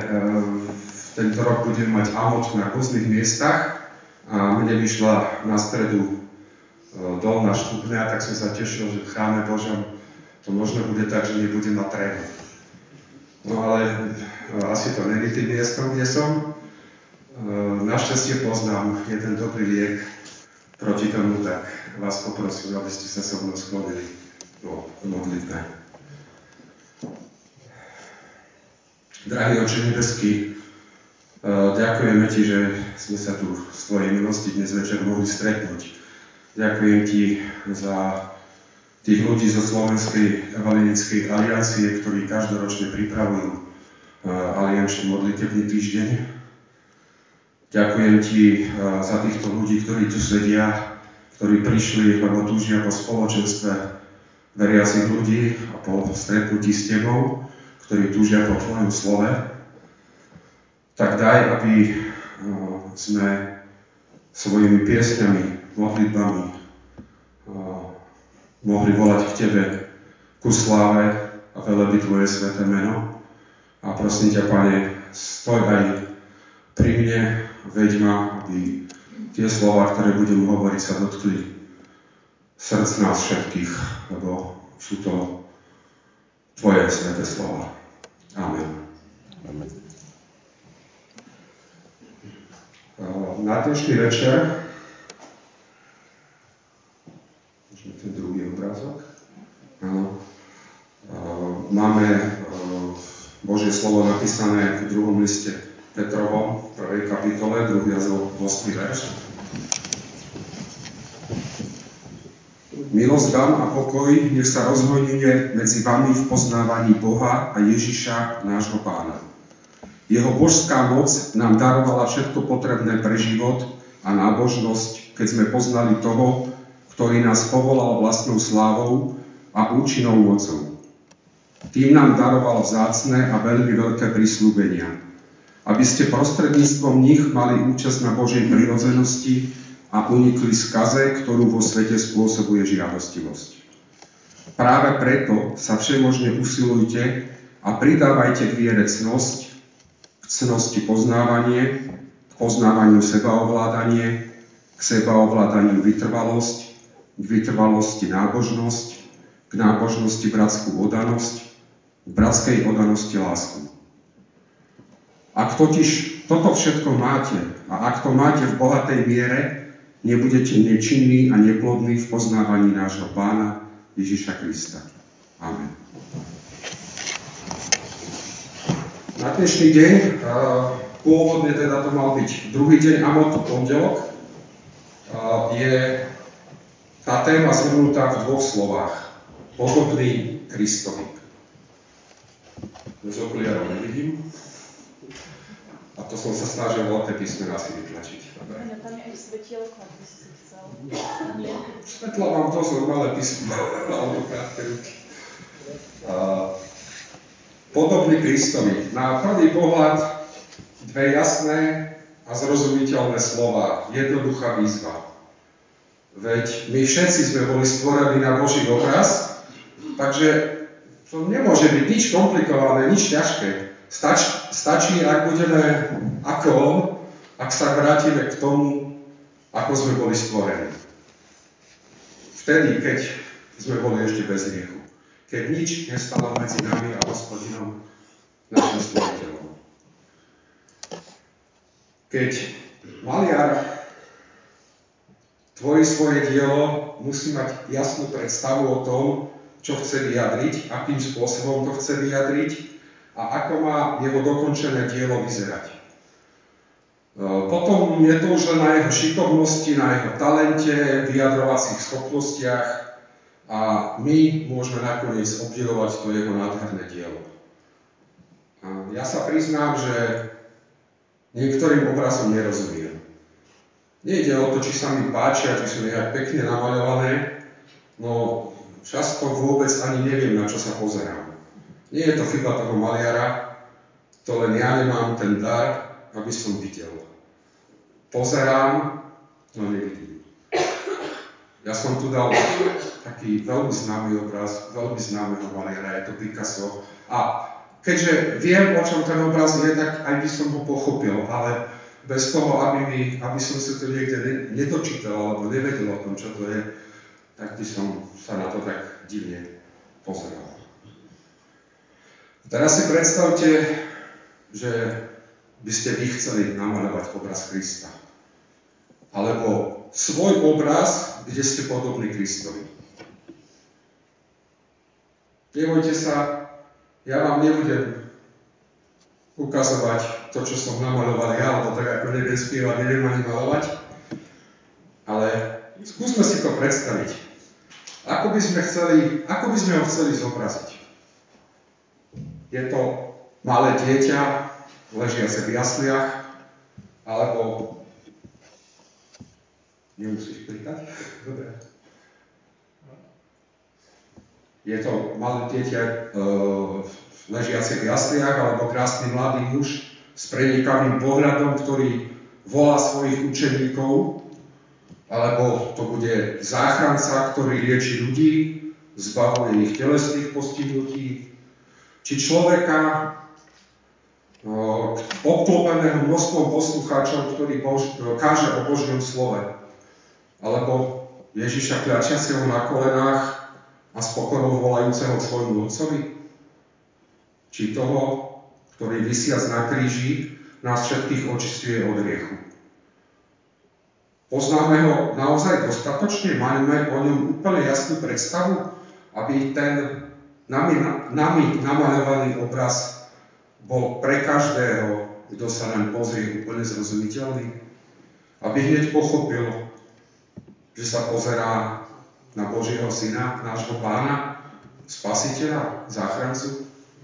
tento rok budeme mať AMOT na rôznych miestach a mne vyšla na stredu dolná štupňa, tak som sa tešil, že v chráme Božom to možno bude tak, že nebudem mať trému. No ale asi to není tým miestom, kde som. Našťastie poznám jeden dobrý liek proti tomu, tak vás poprosím, aby ste sa so mnou sklonili v modlitbe. Drahý Oče nebeský, ďakujeme Ti, že sme sa tu v Tvojej milosti dnes večer mohli stretnúť. Ďakujem Ti za tých ľudí zo Slovenskej evanjelickej aliancie, ktorí každoročne pripravujú aliančný modlitebný týždeň. Ďakujem Ti za týchto ľudí, ktorí tu sedia, ktorí prišli, lebo túžia po spoločenstve veriacich ľudí a po stretnutí s Tebou, ktorí túžia po Tvojom slove. Tak daj, aby sme svojimi piesňami, modlitbami mohli volať k Tebe ku sláve a velebiť Tvoje sväté meno. A prosím ťa, Pane, stoj aj pri mne, veď ma, aby tie slova, ktoré budem hovoriť, sa dotkli srdc nás všetkých, lebo sú to Tvoje sväté slova. Amen. Amen. Na dnešný večer môžeme ten druhý obrázok. Máme Božie slovo napísané v druhom liste Petrovom, v 1. kapitole, 2. a 8. verš. Milosť vám a pokoj, nech sa rozhojňuje medzi vami v poznávaní Boha a Ježiša, nášho Pána. Jeho božská moc nám darovala všetko potrebné pre život a nábožnosť, keď sme poznali toho, ktorý nás povolal vlastnou slávou a účinnou mocou. Tým nám daroval vzácne a veľmi veľké prisľúbenia, aby ste prostredníctvom nich mali účasť na Božej prirodzenosti a unikli skaze, ktorú vo svete spôsobuje žiadostivosť. Práve preto sa všemožne usilujte a pridávajte k viere cnosť, k cnosti poznávanie, k poznávaniu sebaovládanie, k sebaovládaniu vytrvalosť, k vytrvalosti nábožnosť, k nábožnosti bratskú oddanosť, k bratskej oddanosti lásku. Ak totiž toto všetko máte a ak to máte v bohatej miere, nebudete nečinní a neplodní v poznávaní nášho Pána Ježiša Krista. Amen. Na dnešný deň, pôvodne teda to mal byť druhý deň AMOT, pondelok, je tá téma zhrnutá v dvoch slovách. Podobný Kristovi. Z okuliarov nevidím. A to som sa snažil veľké písmená si vytlačiť. Áno, tam je aj svetielko, ak by si chcel. Nie. Svetlo mám dosť malé písmo, alebo krátke ruky. Podobný Kristovi. Na prvý pohľad dve jasné a zrozumiteľné slova. Jednoduchá výzva. Veď my všetci sme boli stvorení na Boží obraz, takže to nemôže byť nič komplikované, nič ťažké. Stačí, ak budeme ako on, ak sa vrátime k tomu, ako sme boli stvorení. Vtedy, keď sme boli ešte bez hriechu. Keď nič nestalo medzi nami a Hospodinom, našim stvoriteľom. Keď maliar tvorí svoje dielo, musí mať jasnú predstavu o tom, čo chce vyjadriť, akým spôsobom to chce vyjadriť, a ako má jeho dokončené dielo vyzerať. Potom je to už len na jeho šikovnosti, na jeho talente, vyjadrovacích schopnostiach a my môžeme nakoniec obdivovať to jeho nádherné dielo. Ja sa priznám, že niektorým obrazom nerozumiem. Nejde o to, či sa mi páčia, či sú nejak pekne namaľované, no často vôbec ani neviem, na čo sa pozerám. Nie je to chyba toho maliara, to len ja nemám ten dar, aby som videl. Pozerám, no nevidím. Ja som tu dal taký veľmi známy obraz, veľmi známeho maliara, je to Picasso. A keďže viem, o čom ten obraz je, tak aj by som ho pochopil, ale bez toho, aby som sa to niekde nedočítal alebo nevedel o tom, čo to je, tak by som sa na to tak divne pozeral. Teraz si predstavte, že by ste vy chceli namaľovať obraz Krista. Alebo svoj obraz, kde ste podobní Kristovi. Nebojte sa, ja vám nebudem ukazovať to, čo som namaľoval ja, alebo tak ako neviem spievať, neviem ani maľovať. Ale skúsme si to predstaviť. Ako by sme ho chceli zobraziť? Je to malé dieťa, ležiace v jasliach, alebo... Nemusíš klikať? Dobre. Je to malé dieťa ležiace v jasliach, alebo krásny mladý muž s prenikavým pohľadom, ktorý volá svojich učeníkov, alebo to bude záchranca, ktorý lieči ľudí, zbavuje ich telesných postihnutí, či človeka obklopeného množstvom poslucháčov, ktorý káže o Božom slove, alebo Ježiša kľačiaceho na kolenách a s pokorou volajúceho k svojmu otcovi, či toho, ktorý visiac na kríži nás všetkých očistuje od hriechu. Poznáme ho naozaj dostatočne, máme o ňom úplne jasnú predstavu, aby ten nami namaľovaný obraz bol pre každého, kto sa nám pozrie, úplne zrozumiteľný. Aby hneď pochopil, že sa pozerá na Božieho Syna, nášho Pána, Spasiteľa, záchrancu.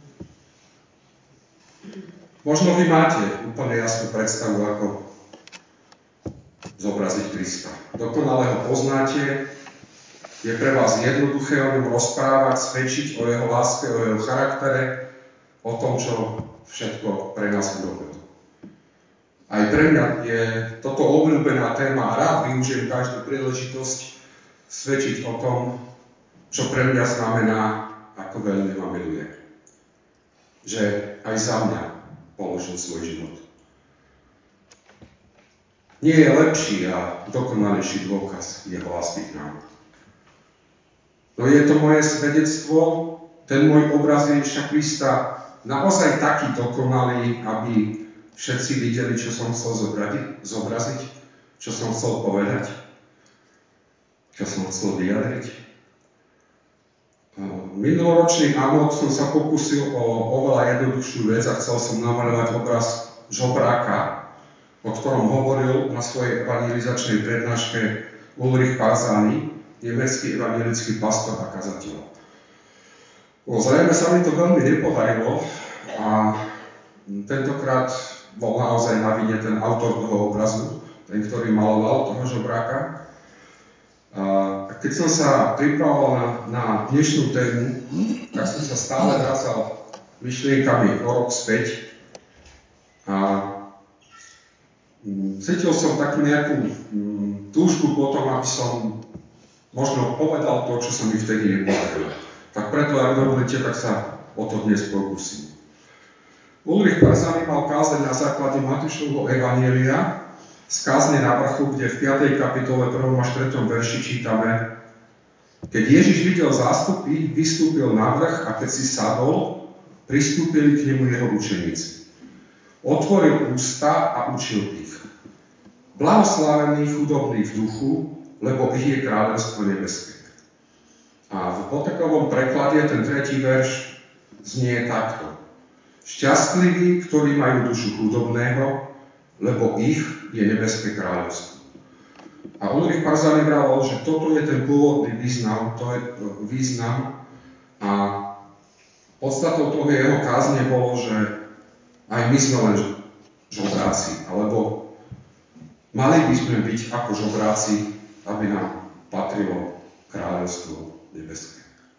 Možno vy máte úplne jasnú predstavu, ako zobraziť Krista. Dokonale ho poznáte, je pre vás jednoduché o ňom rozprávať, svedčiť o jeho láske, o jeho charaktere, o tom, čo všetko pre nás urobil. Aj pre mňa je toto obľúbená téma a rád využijem každú príležitosť svedčiť o tom, čo pre mňa znamená, ako veľmi ma miluje. Že aj za mňa položil svoj život. Nie je lepší a dokonalejší dôkaz jeho lásky k nám. No je to moje svedectvo, ten môj obraz Ježiša Krista naozaj taký dokonalý, aby všetci videli, čo som chcel zobraziť, čo som chcel povedať, čo som chcel vyjadriť. Minuloročný amok som sa pokúsil o oveľa jednoduchšiu vec a chcel som namaľovať obraz žobráka, o ktorom hovoril na svojej evangelizačnej prednáške Ulrich Parzani, nemecký evangelický pastor a kazateľ. Zrejme sa mi to veľmi nepodarilo a tentokrát bol naozaj na vine ten autor toho obrazu, ten, ktorý maloval toho žobráka. A keď som sa pripravoval na dnešnú tému, tak som sa stále vracal myšlienkami o rok späť a cítil som takú nejakú túžbu potom, aby som možno povedal to, čo sa mi vtedy nepodarilo. Tak preto, ak dovolíte, tak sa o to dnes pokúsim. Ulrich Parzani mal kázeň na základe Matúšovho evanjelia z kázne na vrchu, kde v 5. kapitole 1. až 3. verši čítame: Keď Ježiš videl zástupy, vystúpil na vrch a keď si sadol, pristúpili k nemu jeho učeníci. Otvoril ústa a učil ich. Blahoslavení chudobní v duchu, lebo ich je kráľovstvo nebeské. A v Potekovom preklade ten 3. verš znie takto. Šťastliví, ktorí majú dušu chudobného, lebo ich je nebeské kráľovstvo. A Ulrich Parzani vravel, že toto je ten pôvodný význam, to je význam a podstatou toho jeho kázne bolo, že aj my sme len žobráci, alebo mali by sme byť ako žobráci, aby nám patrilo kráľovstvo nebeské.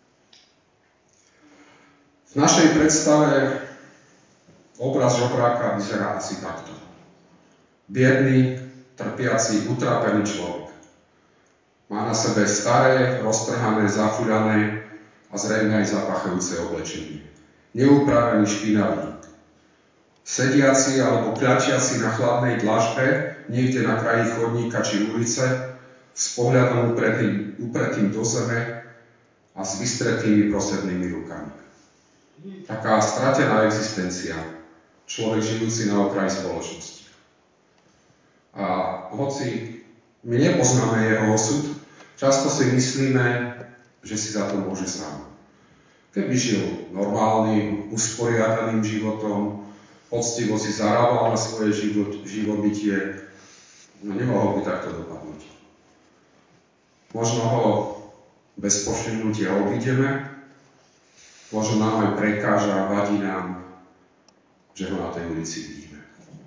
V našej predstave obraz žobráka vyzerá asi takto. Biedný, trpiaci, utrapený človek. Má na sebe staré, roztrhané, zafúľané a zrejme aj zapachajúce oblečenie. neupravený, špinavý. Sediaci alebo kľačiaci na chladnej dlažbe, niekde na kraji chodníka či ulice, s pohľadom upretým do zeme a s vystretými prosebnými rukami. Taká stratená existencia, človek žijúci na okraji spoločnosti. A hoci my nepoznáme jeho osud, často si myslíme, že si za to môže sám. Keby žil normálnym, usporiadaným životom, poctivo si zarábal na svoje živobytie, no nemohol by takto dopadnúť. Možno ho bez povšimnutia obídeme, možno nám aj prekáža a vadí nám, že ho na tej ulici vidíme.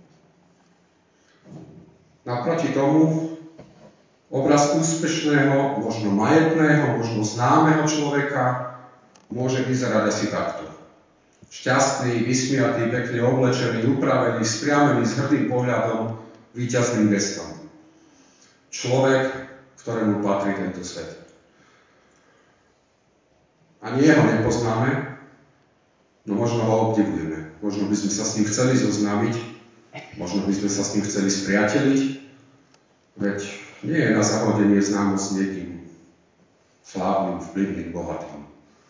Naproti tomu obraz úspešného, možno majetného, možno známeho človeka môže vyzerať asi takto. Šťastný, vysmiatý, pekne oblečený, upravený, spriamený, s hrdým pohľadom, víťazným gestom. Človek, ktorému patrí tento svet. Ani jeho nepoznáme, no možno ho obdivujeme. Možno by sme sa s ním chceli zoznámiť, možno by sme sa s ním chceli spriateliť, veď nie je na zahodenie známosť s niekým slávnym, vplyvným, bohatým.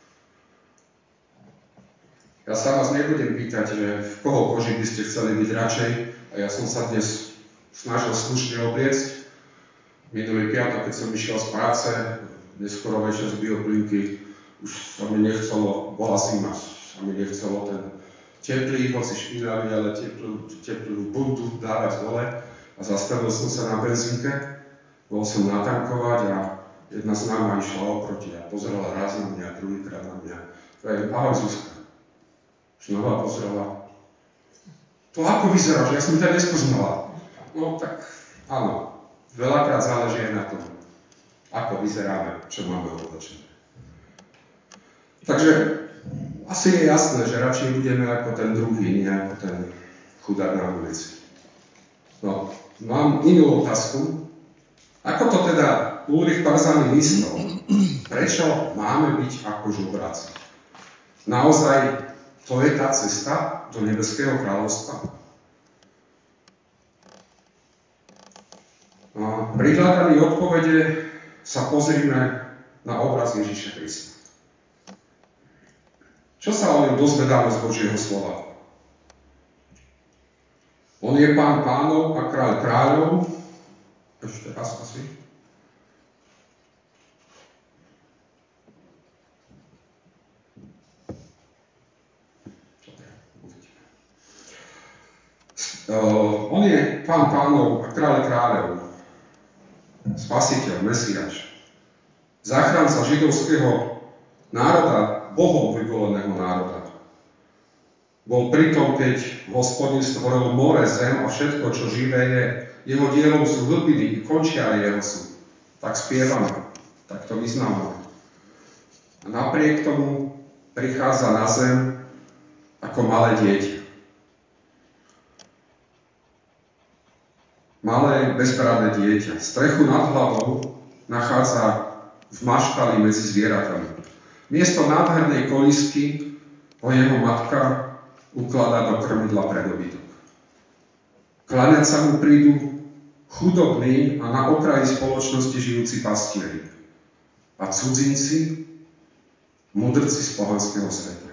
Ja sa vás nebudem pýtať, že v koho koži by ste chceli byť radšej, a ja som sa dnes snažil slušne obliecť. Minulý piatok, keď som išiel z práce, neskoro večer z bioplinky, už sa mi nechcelo, bola zima, sa mi nechcelo ten teplý, hoci špinavý, ale teplú bundu dávať dole a zastavil som sa na benzínke, bol som natankovať a jedna známa išla oproti a pozerala raz na mňa, druhýkrát na mňa. Ahoj Zuzka. Znova pozerala. To ako vyzeráš? Ja som ťa nespoznala. No tak áno, veľakrát záleží aj na tom, ako vyzeráme, čo máme oblečené. Takže asi je jasné, že radšej budeme ako ten druhý, nie ako ten chudák na ulici. No, mám inú otázku. Ako to teda Ulrich Parzani myslel? Prečo máme byť ako žobráci? Naozaj to je tá cesta do nebeského kráľovstva? Pri hľadaní odpovede sa pozrime na obraz Ježiša Krista. Čo sa o ňom dozvedáme z Božieho slova? On je Pán pánov a kráľ kráľov. Ešte raz asi. On je Pán pánov a kráľ kráľov. Spasiteľ, Mesiáš. Záchranca židovského národa, Bohom vyvoleného národa. Bol pritom, keď Hospodin stvoril more, zem a všetko, čo živé je. Jeho dielom sú hlbiny i končiare jeho sú. Tak spievame, tak to vyznávame. A napriek tomu prichádza na zem ako malé dieťa. Malé, bezbranné dieťa. Strechu nad hlavou nachádza v maštali medzi zvieratami. Miesto nádhernej kolísky ho jeho matka ukladá do krmidla pre dobytok. Kláňať sa mu prídu chudobní a na okraji spoločnosti žijúci pastieri a cudzinci, mudrci z pohanského sveta.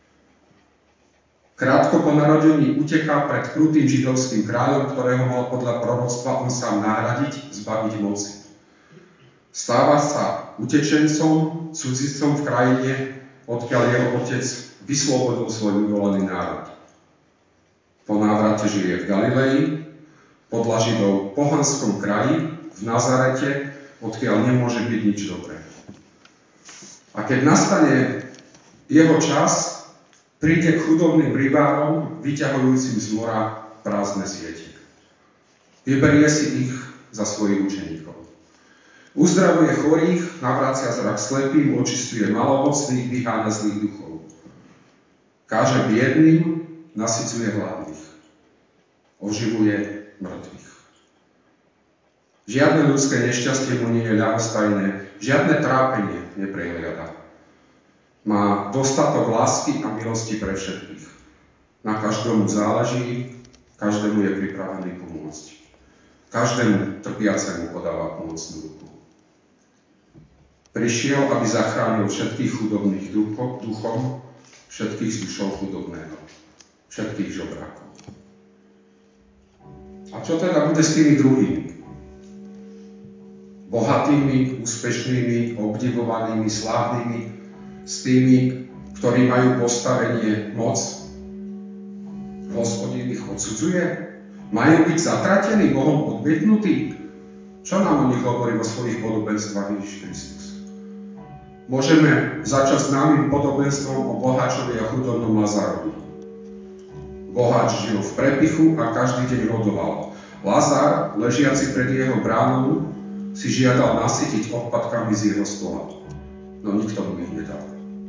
Krátko po narodení uteká pred krutým židovským kráľom, ktorého mal podľa proroctva on sám nahradiť, zbaviť moci. Stáva sa utečencom, cudzincom v krajine, odkiaľ jeho otec vyslobodil svoj vyvolený národ. Po návrate žije v Galilei, podľa Židov pohanskom kraji, v Nazarete, odkiaľ nemôže byť nič dobré. A keď nastane jeho čas, príde k chudobným rybárom, vyťahujúcim z mora prázdne siete. Vyberie si ich za svojich učeníkov. Uzdravuje chorých, navracia zrak slepým, očistuje malomocných, vyháňa zlých duchov. Káže biedným, nasycuje hladných. Oživuje mŕtvych. Žiadne ľudské nešťastie mu nie je ľahostajné, žiadne trápenie neprehliada. Má dostatok lásky a milosti pre všetkých. Na každému záleží, každému je pripravený pomôcť. Každému trpiacemu podáva pomocnú ruku. Prišiel, aby zachránil všetkých chudobných duchom, všetkých z dušou chudobného, všetkých žobrákov. A čo teda bude s tými druhými? Bohatými, úspešnými, obdivovanými, slávnymi, s tými, ktorí majú postavenie moc? Hospodin ich odsudzuje? Majú byť zatratení, Bohom odmietnutí? Čo nám o nich hovorí vo svojich podobenstvách Ježiš Kristus? Môžeme začať známym podobenstvom o boháčovi a chudobnom Lazarovi. Boháč žil v prepichu a každý deň rodoval. Lazar, ležiaci pred jeho bránou, si žiadal nasytiť odpadkami z jeho stola. No nikto mu ich nedal.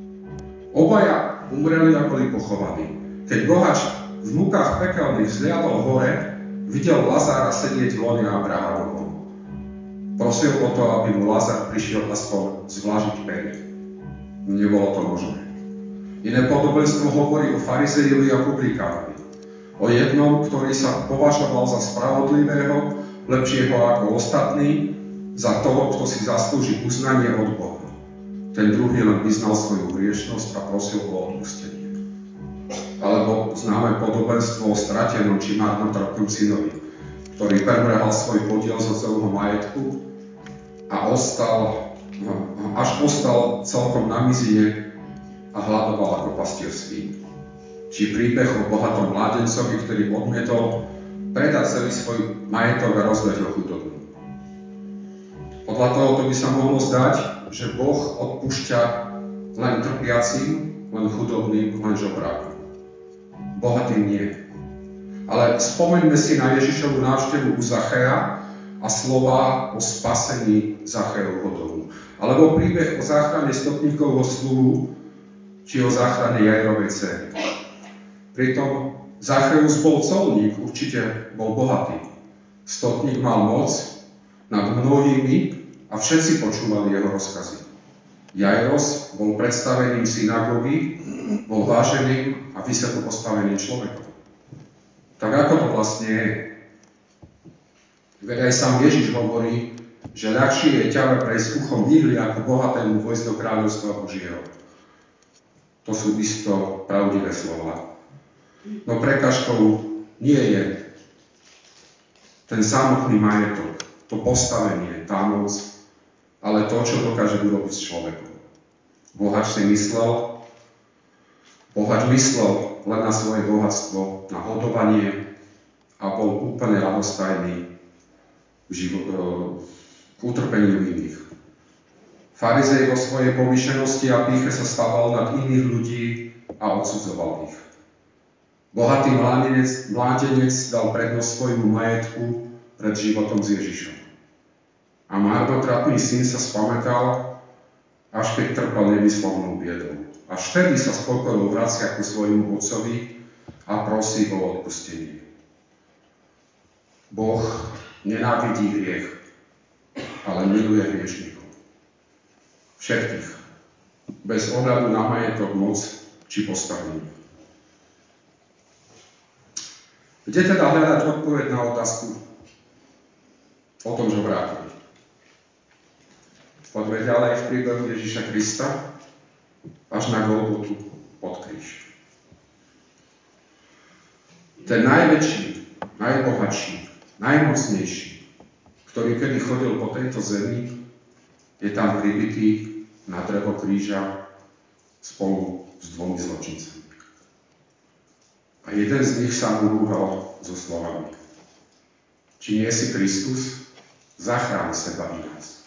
Obaja umreli a boli pochovaní. Keď boháč v mukách pekelných vzliadol hore, videl Lazára sedieť v lone Abrahámovom. Prosil o to, aby mu Lazar prišiel aspoň zvlážiť pery. Nebolo to možné. Iné podobenstvo hovorí o farizejovi a publikánovi. O jednom, ktorý sa považoval za spravodlivého, lepšieho ako ostatní, za toho, kto si zaslúži uznanie od Boha. Ten druhý len vyznal svoju hriešnosť a prosil o odpustenie. Alebo známe podobenstvo o stratenom či marnotratnom synovi, ktorý premrhal svoj podiel zo celého majetku a až ostal celkom na mizine a hľadoval ako pastier svín. Či príbeh o bohatom mládencovi, ktorý odmietol predať celý svoj majetok a rozdať ho chudobným. Podľa tohoto by sa mohlo zdať, že Boh odpúšťa len trpiacim, len chudobným, len žobrákom. Bohatým nie. Ale spomeňme si na Ježišovu návštevu u Zacheja a slová o spasení Zachejovho domu. Alebo príbeh o záchrane stotníkovho sluhu, či o záchrane Jairovej dcery. Pritom Zachejus bol colník, určite bol bohatý. Stotník mal moc nad mnohými a všetci počúvali jeho rozkazy. Jairos bol predstaveným synagógy, bol váženým a vysoko postaveným človekom. Tak ako to vlastne je? Veď aj sám Ježiš hovorí, že ľahšie je ťave prejsť uchom ihly ako bohatému vojsť do kráľovstva Božieho. To sú isto pravdivé slova. No prekažkou nie je ten samotný majetok, to postavenie, tá moc, ale to, čo dokáže urobiť s človekom. Boháč myslel len na svoje bohatstvo, na hodovanie a bol úplne ľahostajný k utrpeniu iných. Farizej vo svojej povýšenosti a pýche sa stával nad iných ľudí a odsudzoval ich. Bohatý mládenec dal prednosť svojmu majetku pred životom s Ježišom. A marnotratný syn sa spamätal, až keď trpel nevyslovnou biedou. Až vtedy sa s pokorou vracia ku svojmu otcovi a prosí o odpustenie. Boh nenávidí hriech, ale miluje hriešnikov. Všetkých. Bez ohľadu na majetok, moc či postavenie. Kde teda hľadať odpoveď na otázku o tom žobrákovi? Poďme ďalej v príbehu Ježiša Krista až na Golgotu pod kríž. Ten najväčší, najbohatší, najmocnejší, ktorý kedy chodil po tejto zemi, je tam pribitý na drevo kríža spolu s dvomi zločincami. A jeden z nich sa mu rúhal so slovami: Či nie si Kristus, zachráň seba i nás.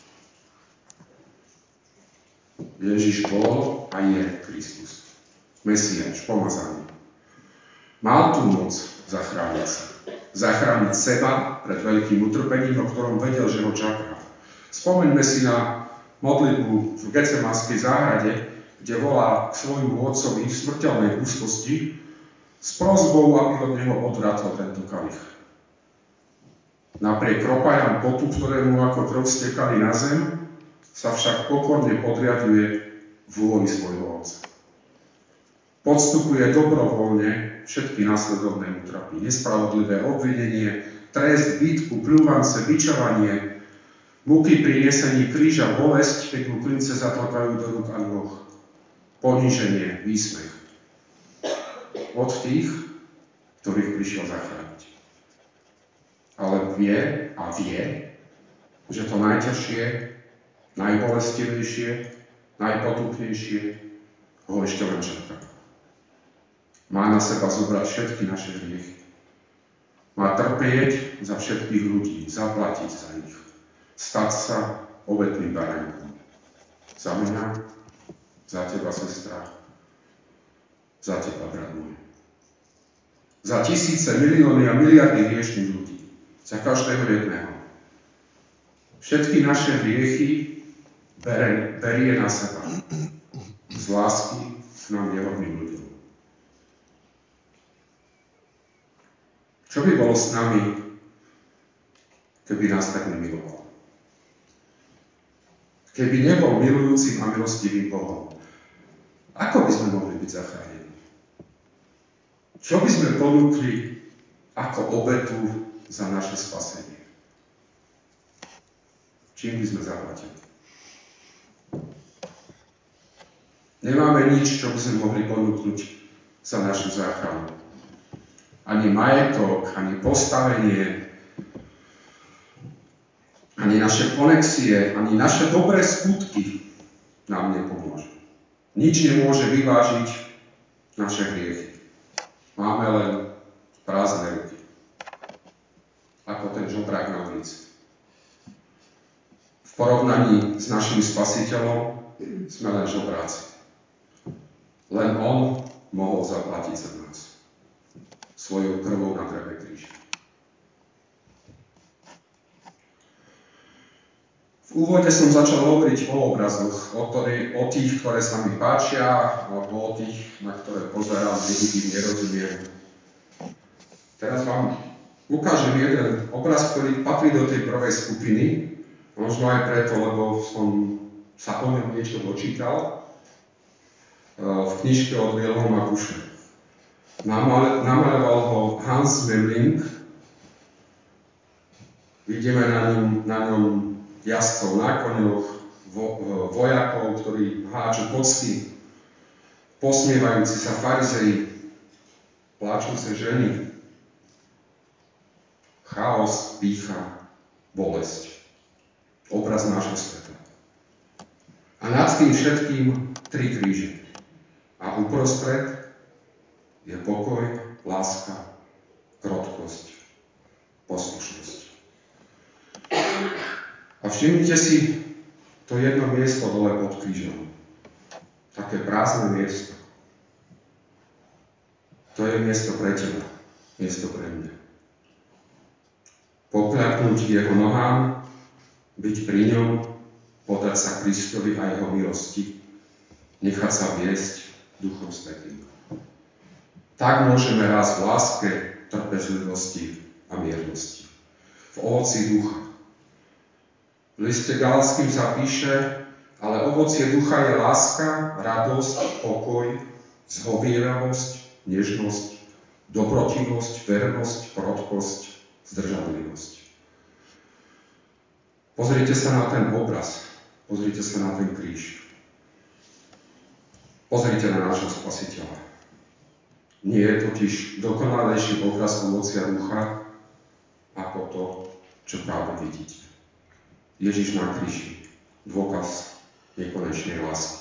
Ježiš bol a je Kristus. Mesiáš, pomazaný. Mal tú moc zachrániť sa. Zachrániť seba pred veľkým utrpením, o ktorom vedel, že ho čaká. Spomeňme si na modlitbu v Getsemanskej záhrade, kde volá k svojmu otcovi v smrteľnej úzkosti s prosbou, aby od neho odvratil tento kalich. Napriek kropajám potu, ktoré mu ako krv stekali na zem, sa však pokorne podriaduje v vôli svojho Otca. Podstupuje dobrovoľne všetky následovné útrapy, nespravodlivé obvinenie, trest, bitku, pľúvance, bičovanie, muky pri nesení kríža, bolesť, keď mu klince zatlkajú do rúk a nôh, poníženie, výsmech. Od tých, ktorých prišiel zachrániť. Ale vie, že to najťažšie, najbolestivejšie, najpotupnejšie ho ešte len čaká. Má na seba zobrať všetky naše hriechy. Má trpieť za všetkých ľudí, zaplatiť za nich. Stať sa obetným baránkom. Za mňa, za teba, sestra, za teba, brat môj. Za tisíce, milióny a miliardy hriešných ľudí. Za každého jedného. Všetky naše hriechy berie na seba. Z lásky k nám nehodným ľuďom. Čo by bolo s nami, keby nás tak nemiloval? Keby nebol milujúcim a milostivým Bohom, ako by sme mohli byť zachránení? Čo by sme ponúkli ako obetu za naše spasenie? Čím by sme zaplatili? Nemáme nič, čo by sme mohli ponúknuť za našu záchranu. Ani majetok, ani postavenie, ani naše konexie, ani naše dobré skutky nám nepomôžu. Nič nemôže vyvážiť naše hriechy. Máme len prázdne ruky. Ako ten žobrák na ulici. V porovnaní s našim Spasiteľom sme len žobráci. Len on mohol zaplatiť za nás. Svojou krvou na dreve kríža. V úvode som začal hovoriť o obrazoch, o tých, ktoré sa mi páčia, alebo o tých, na ktoré pozerám, nevidím, nerozumiem. Teraz vám ukážem jeden obraz, ktorý patrí do tej prvej skupiny, možno aj preto, lebo som sa o ňom niečo dočítal v knižke od Wilhelma Busche. Namaloval ho Hans Memling. Vidíme na ňom jazdcov na koňoch, vojakov, ktorí háču kocky, posmievajúci sa farizei, pláčúce ženy, chaos, pýcha, bolesť. Obraz nášho sveta. A nad tým všetkým 3 kríže. A uprostred je pokoj, láska, krotkosť, poslušnosť. A všimnite si to jedno miesto dole pod krížom. Také prázdne miesto. To je miesto pre teba, miesto pre mňa. Pokľaknúť jeho nohám, byť pri ňom, podať sa Kristovi a jeho milosti, nechať sa viesť Duchom Svätým. Tak môžeme rásť v láske, trpezlivosti a miernosti. V ovoci ducha. V liste Galatským sa píše, ale ovocie ducha je láska, radosť, pokoj, zhovievavosť, nežnosť, dobrotivosť, vernosť, krotkosť, zdržanlivosť. Pozrite sa na ten obraz, pozrite sa na ten kríž. Pozrite na nášho Spasiteľa. Nie je totiž dokonalejší obraz ovocia ducha ako to, čo práve vidíte. Ježiš na kríži, dôkaz nekonečnej lásky.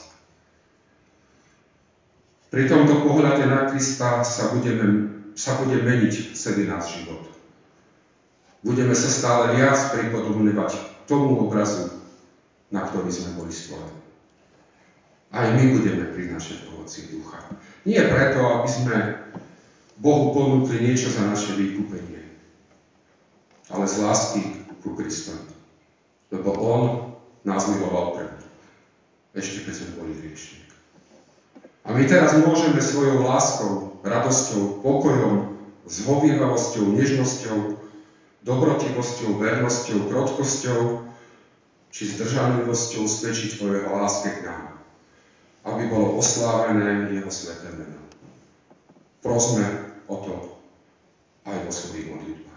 Pri tomto pohľade na Krista sa bude meniť celý náš život. Budeme sa stále viac pripodobňovať tomu obrazu, na ktorý sme boli stvorení. Aj my budeme prinášať ovocie ducha. Nie preto, aby sme Bohu ponúkli niečo za naše vykúpenie, ale z lásky ku Kristovi. Lebo on nás miloval prvý, ešte keď sme boli hriešni. A my teraz môžeme svojou láskou, radosťou, pokojom, zhovievavosťou, nežnosťou, dobrotivosťou, vernosťou, krotkosťou či zdržanlivosťou svedčiť o jeho láske k nám. aby bolo oslávené jeho sväté meno. Prosme o to aj vo svojich modlitbách.